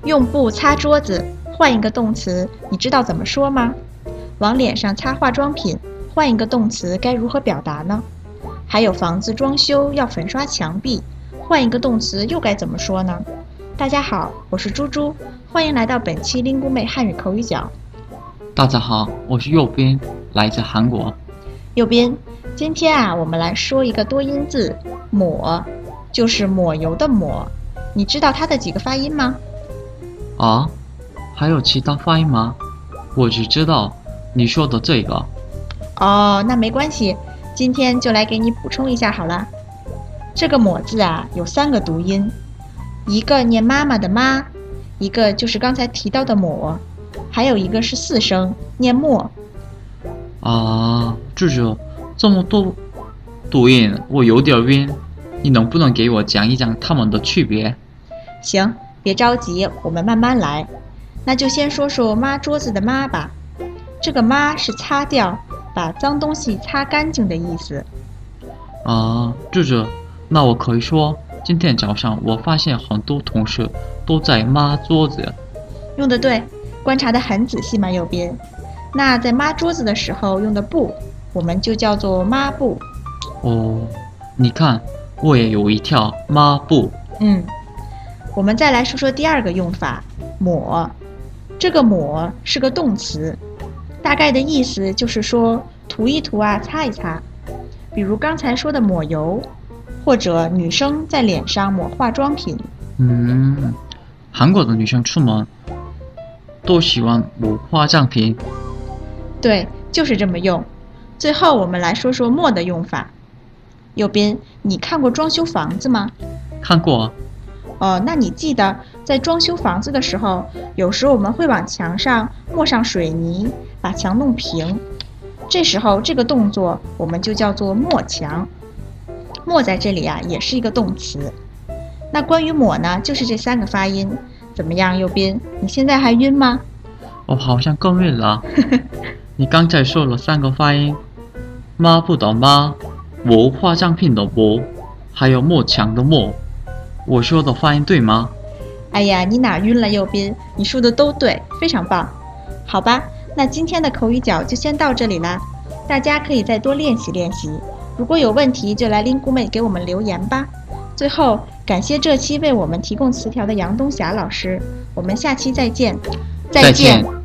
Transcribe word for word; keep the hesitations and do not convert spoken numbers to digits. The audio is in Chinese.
用布擦桌子，换一个动词，你知道怎么说吗？往脸上擦化妆品，换一个动词该如何表达呢？还有房子装修要粉刷墙壁，换一个动词又该怎么说呢？大家好，我是猪猪，欢迎来到本期 Lingu Mei 汉语口语角。 大家好，我是右边，来自韩国。 右边，今天啊，我们来说一个多音字抹，就是抹油的抹。你知道它的几个发音吗？ 啊，还有其他发音吗？我只知道你说的这个。 哦，那没关系，今天就来给你补充一下好了。这个抹字啊，有三个读音，一个念妈妈的妈，一个就是刚才提到的抹，还有一个是四声，念墨。 啊，这这这么多读音，我有点晕，你能不能给我讲一讲它们的区别？ 行，别着急，我们慢慢来。那就先说说抹桌子的抹吧。这个抹是擦掉，把脏东西擦干净的意思。 啊，这这，那我可以说，今天早上我发现很多同事都在抹桌子。 用得对，观察得很仔细嘛，右边。那在抹桌子的时候用的布，我们就叫做抹布。 哦，你看，我也有一条抹布。 嗯，我们再来说说第二个用法，抹。这个抹是个动词，大概的意思就是说涂一涂啊，擦一擦。比如刚才说的抹油，或者女生在脸上抹化妆品。 嗯，韩国的女生出门都喜欢抹化妆品。 对，就是这么用。最后我们来说说抹的用法。右边，你看过装修房子吗？ 看过。 哦，那你记得在装修房子的时候，有时我们会往墙上抹上水泥，把墙弄平。这时候这个动作我们就叫做抹墙。抹在这里啊，也是一个动词。那关于抹呢，就是这三个发音。怎么样，右边？你现在还晕吗？ 我好像更晕了。你刚才说了三个发音，抹布的抹，抹化妆品的抹，还有抹墙的抹。我说的发音对吗？ 哎呀，你哪晕了，右边？你说的都对，非常棒。好吧，那今天的口语角就先到这里啦，大家可以再多练习练习。如果有问题，就来 Lingu Mei 给我们留言吧。最后，感谢这期为我们提供词条的杨东霞老师，我们下期再见。 再见。